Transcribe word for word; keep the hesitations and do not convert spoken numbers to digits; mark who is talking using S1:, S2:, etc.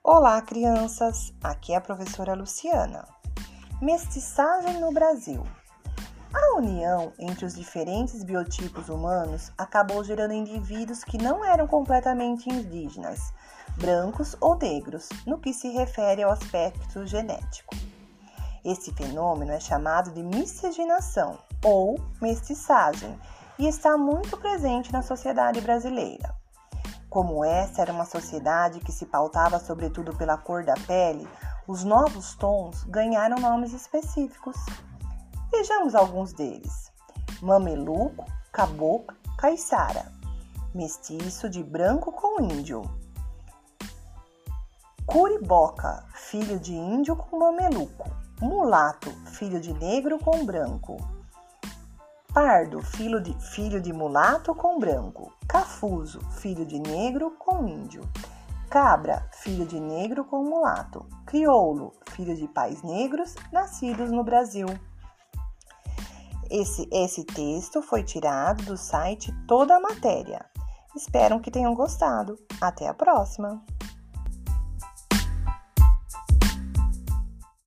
S1: Olá, crianças! Aqui é a professora Luciana. Mestiçagem no Brasil. A união entre os diferentes biotipos humanos acabou gerando indivíduos que não eram completamente indígenas, brancos ou negros, no que se refere ao aspecto genético. Esse fenômeno é chamado de miscigenação ou mestiçagem e está muito presente na sociedade brasileira. Como essa era uma sociedade que se pautava sobretudo pela cor da pele, os novos tons ganharam nomes específicos. Vejamos alguns deles: mameluco, caboclo, caiçara, mestiço de branco com índio, curiboca, filho de índio com mameluco, mulato, filho de negro com branco, pardo, filho de, filho de mulato com branco, cafuso, filho de negro com índio, cabra, filho de negro com mulato, crioulo, filho de pais negros nascidos no Brasil. Esse, esse texto foi tirado do site Toda a Matéria. Espero que tenham gostado. Até a próxima!